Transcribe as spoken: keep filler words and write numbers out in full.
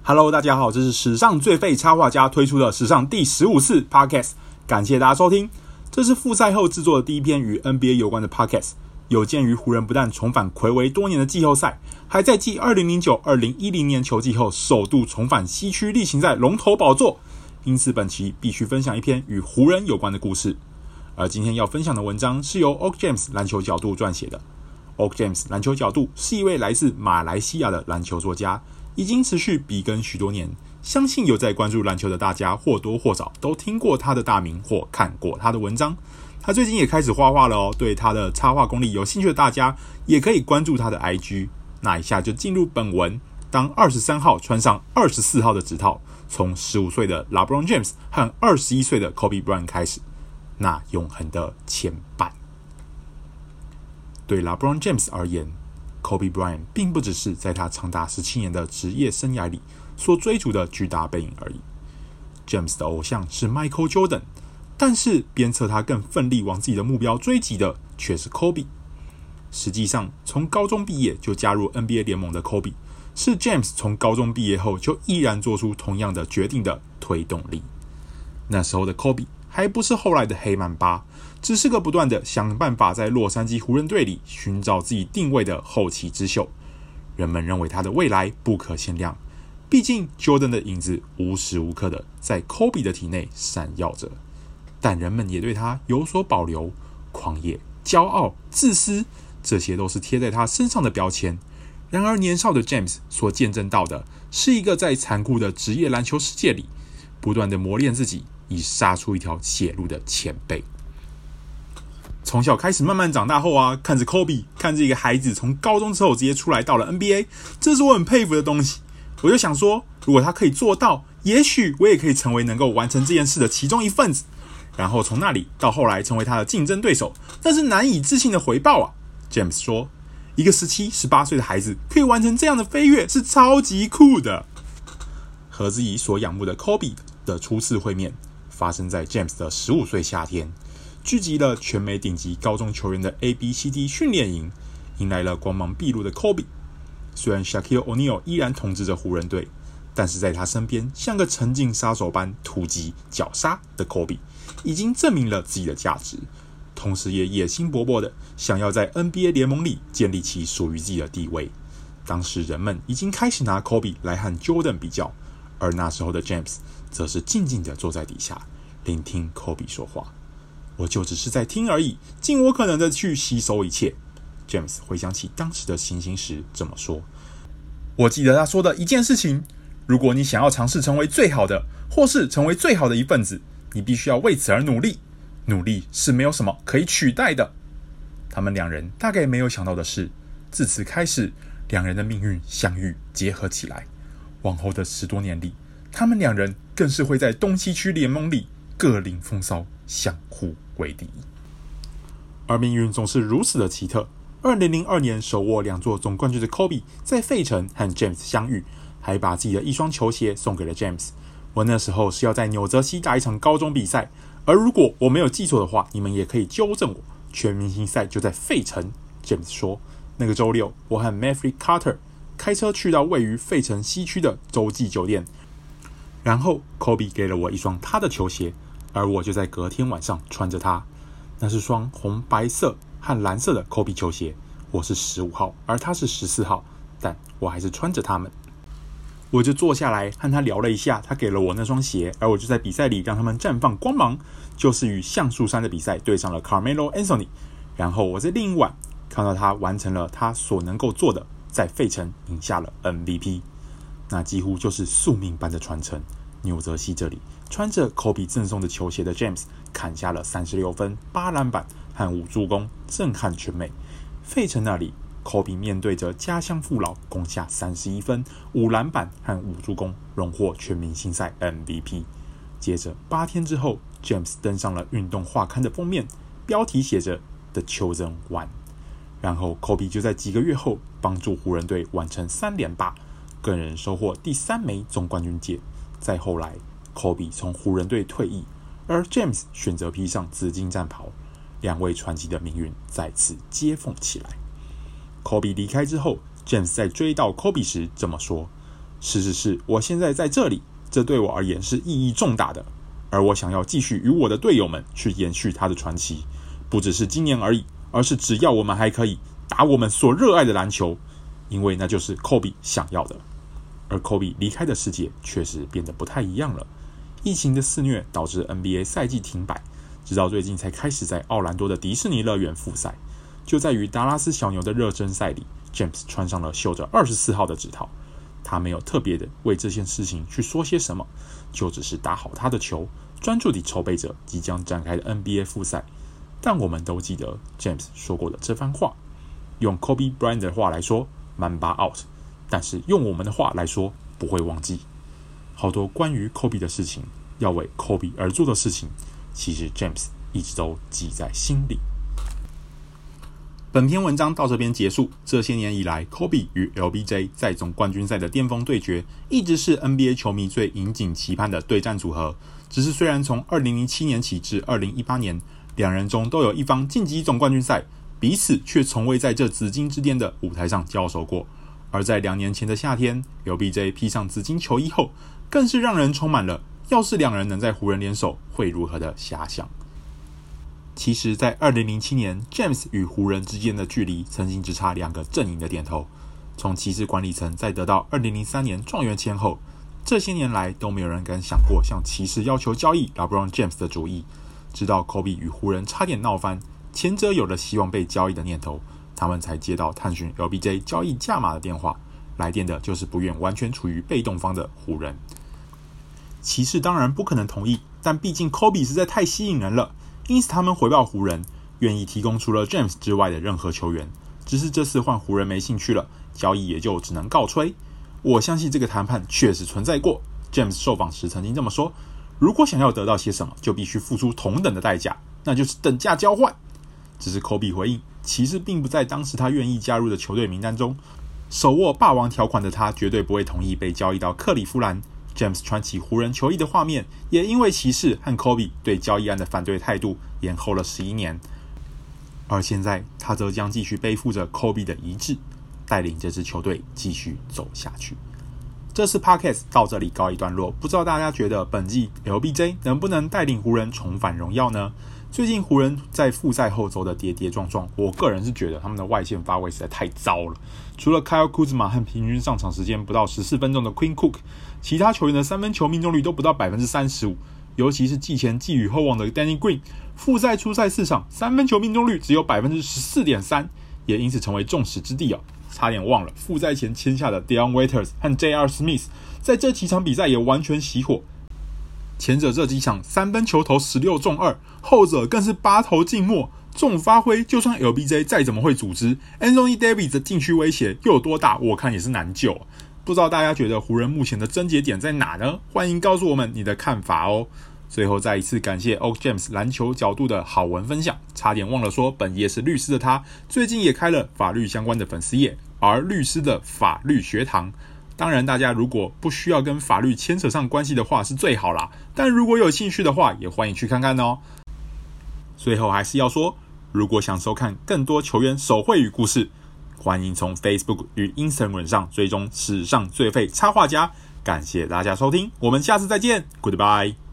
Hello， 大家好，这是史上最废插画家推出的史上第十五次 Podcast， 感谢大家收听。这是复赛后制作的第一篇与 N B A 有关的 Podcast。有鉴于湖人不但重返睽违多年的季后赛，还在继二零零九、二零一零年球季后首度重返西区例行赛龙头宝座，因此本期必须分享一篇与湖人有关的故事。而今天要分享的文章是由 Oak James 篮球角度撰写的。Oak James 篮球角度是一位来自马来西亚的篮球作家，已经持续笔耕许多年，相信有在关注篮球的大家或多或少都听过他的大名或看过他的文章。他最近也开始画画了哦，对他的插画功力有兴趣的大家也可以关注他的 I G。 那一下就进入本文。当二十三号穿上二十四号的指套，从十五岁的 LeBron James 和二十一岁的 Kobe Bryant 开始，那永恒的牵绊。对 LeBron James 而言， Kobe Bryant 并不只是在他长达十七年的职业生涯里所追逐的巨大背影而已。 James 的偶像是 Michael Jordan，但是鞭策他更奋力往自己的目标追击的却是 Kobe。 实际上，从高中毕业就加入 N B A 联盟的 Kobe， 是 James 从高中毕业后就毅然做出同样的决定的推动力。那时候的 Kobe 还不是后来的黑曼巴，只是个不断的想办法在洛杉矶湖人队里寻找自己定位的后起之秀。人们认为他的未来不可限量，毕竟 Jordan 的影子无时无刻的在 Kobe 的体内闪耀着，但人们也对他有所保留，狂野、骄傲、自私，这些都是贴在他身上的标签。然而年少的 James 所见证到的是一个在残酷的职业篮球世界里不断的磨练自己，以杀出一条血路的前辈。从小开始慢慢长大后啊，看着 Kobe， 看着一个孩子从高中之后直接出来到了 N B A， 这是我很佩服的东西。我就想说，如果他可以做到，也许我也可以成为能够完成这件事的其中一份子。然后从那里到后来成为他的竞争对手，那是难以置信的回报啊。 James 说，一个十七、十八岁的孩子可以完成这样的飞跃，是超级酷的。和自己所仰慕的 Kobe 的初次会面发生在 James 的十五岁夏天，聚集了全美顶级高中球员的 A B C D 训练营，迎来了光芒毕露的 Kobe。 虽然 Shaquille O'Neal 依然统治着湖人队，但是在他身边像个沉静杀手般突击绞杀的 Kobe 已经证明了自己的价值，同时也野心勃勃的想要在 N B A 联盟里建立起属于自己的地位。当时人们已经开始拿 Kobe 来和 Jordan 比较，而那时候的 James 则是静静的坐在底下聆听 Kobe 说话。我就只是在听而已，尽我可能的去吸收一切。 James 回想起当时的情形时这么说，我记得他说的一件事情，如果你想要尝试成为最好的，或是成为最好的一份子，你必须要为此而努力，努力是没有什么可以取代的。他们两人大概没有想到的是，自此开始，两人的命运相遇结合起来。往后的十多年里，他们两人更是会在东西区联盟里各领风骚，相互为敌。而命运总是如此的奇特。二零零二年手握两座总冠军的 Kobe 在费城和 James 相遇，还把自己的一双球鞋送给了 James。 我那时候是要在纽泽西打一场高中比赛，而如果我没有记错的话，你们也可以纠正我，全明星赛就在费城。 James 说，那个周六我和 Maverick Carter 开车去到位于费城西区的洲际酒店，然后 Kobe 给了我一双他的球鞋，而我就在隔天晚上穿着它。那是双红白色和蓝色的 Kobe 球鞋，我是十五号，而他是十四号，但我还是穿着它们。我就坐下来和他聊了一下，他给了我那双鞋，而我就在比赛里让他们绽放光芒，就是与橡树山的比赛对上了 Carmelo Anthony。 然后我在另一晚看到他完成了他所能够做的，在费城赢下了 M V P。 那几乎就是宿命般的传承。纽泽西这里，穿着 Kobe 赠送的球鞋的 James 砍下了三十六分、八篮板和五助攻，震撼全美。费城那里， Kobe 面对着家乡父老，攻下三十一分、五篮板和五助攻，荣获全明星赛 M V P。 接着八天之后， James 登上了运动画刊的封面，标题写着 The Chosen One。 然后 Kobe 就在几个月后帮助湖人队完成三连霸，个人收获第三枚总冠军戒。再后来 Kobe 从湖人队退役，而 James 选择披上紫金战袍，两位传奇的命运再次接缝起来。 Kobe 离开之后， James 在追悼 Kobe 时这么说， 事实是我现在在这里，这对我而言是意义重大的，而我想要继续与我的队友们去延续他的传奇，不只是今年而已，而是只要我们还可以打我们所热爱的篮球，因为那就是 Kobe 想要的。而 Kobe 离开的世界确实变得不太一样了。疫情的肆虐导致 N B A 赛季停摆，直到最近才开始在奥兰多的迪士尼乐园复赛。就在与达拉斯小牛的热身赛里， James 穿上了绣着二十四号的指套。他没有特别的为这件事情去说些什么，就只是打好他的球，专注地筹备着即将展开的 N B A 复赛。但我们都记得 James 说过的这番话，用 Kobe Bryant 的话来说 Mamba out， 但是用我们的话来说，不会忘记好多关于 Kobe 的事情，要为 Kobe 而做的事情，其实 James 一直都记在心里。本篇文章到这边结束。这些年以来 Kobe 与 L B J 在总冠军赛的巅峰对决，一直是 N B A 球迷最引颈期盼的对战组合。只是虽然从二零零七年起至二零一八年，两人中都有一方晋级总冠军赛，彼此却从未在这紫金之巅的舞台上交手过。而在两年前的夏天， L B J 披上紫金球衣后，更是让人充满了要是两人能在湖人联手会如何的遐想。其实在二零零七年 James 与湖人之间的距离曾经只差两个阵营的点头。从骑士管理层在得到二零零三年状元签后，这些年来都没有人敢想过向骑士要求交易 LeBron James 的主意。直到 Kobe 与湖人差点闹翻，前者有了希望被交易的念头，他们才接到探寻 L B J 交易价码的电话，来电的就是不愿完全处于被动方的湖人。骑士当然不可能同意，但毕竟 Kobe 实在太吸引人了，因此他们回报湖人，愿意提供除了 James 之外的任何球员。只是这次换湖人没兴趣了，交易也就只能告吹。我相信这个谈判确实存在过。James 受访时曾经这么说：如果想要得到些什么，就必须付出同等的代价，那就是等价交换。只是 Kobe 回应，骑士并不在当时他愿意加入的球队名单中，手握霸王条款的他绝对不会同意被交易到克利夫兰。James 穿起湖人球衣的画面，也因为骑士和 Kobe 对交易案的反对态度延后了十一年。而现在，他则将继续背负着 Kobe 的遗志，带领这支球队继续走下去。这次 Podcast 到这里告一段落，不知道大家觉得本季 L B J 能不能带领湖人重返荣耀呢？最近湖人在复赛后走的跌跌撞撞，我个人是觉得他们的外线发挥实在太糟了。除了 Kyle Kuzma 和平均上场时间不到十四分钟的 Quinn Cook， 其他球员的三分球命中率都不到 百分之三十五， 尤其是季前寄予厚望的 Danny Green， 复赛出赛四场三分球命中率只有 百分之十四点三， 也因此成为众矢之的哦。差点忘了复赛前签下的 Dion Waiters 和 J R Smith 在这几场比赛也完全熄火，前者这几场三分球投十六中二，后者更是八投进末。这种发挥，就算 L B J 再怎么会组织， Anthony Davis 的禁区威胁又有多大，我看也是难救。不知道大家觉得湖人目前的症结点在哪呢？欢迎告诉我们你的看法哦。最后再一次感谢 Oak James 篮球角度的好文分享。差点忘了说，本业是律师的他，最近也开了法律相关的粉丝页，而律师的法律学堂。当然，大家如果不需要跟法律牵扯上关系的话，是最好啦。但如果有兴趣的话，也欢迎去看看哦。最后还是要说，如果想收看更多球员手绘与故事，欢迎从 Facebook 与 Instagram 上追踪史上最废插画家。感谢大家收听，我们下次再见 ，Goodbye。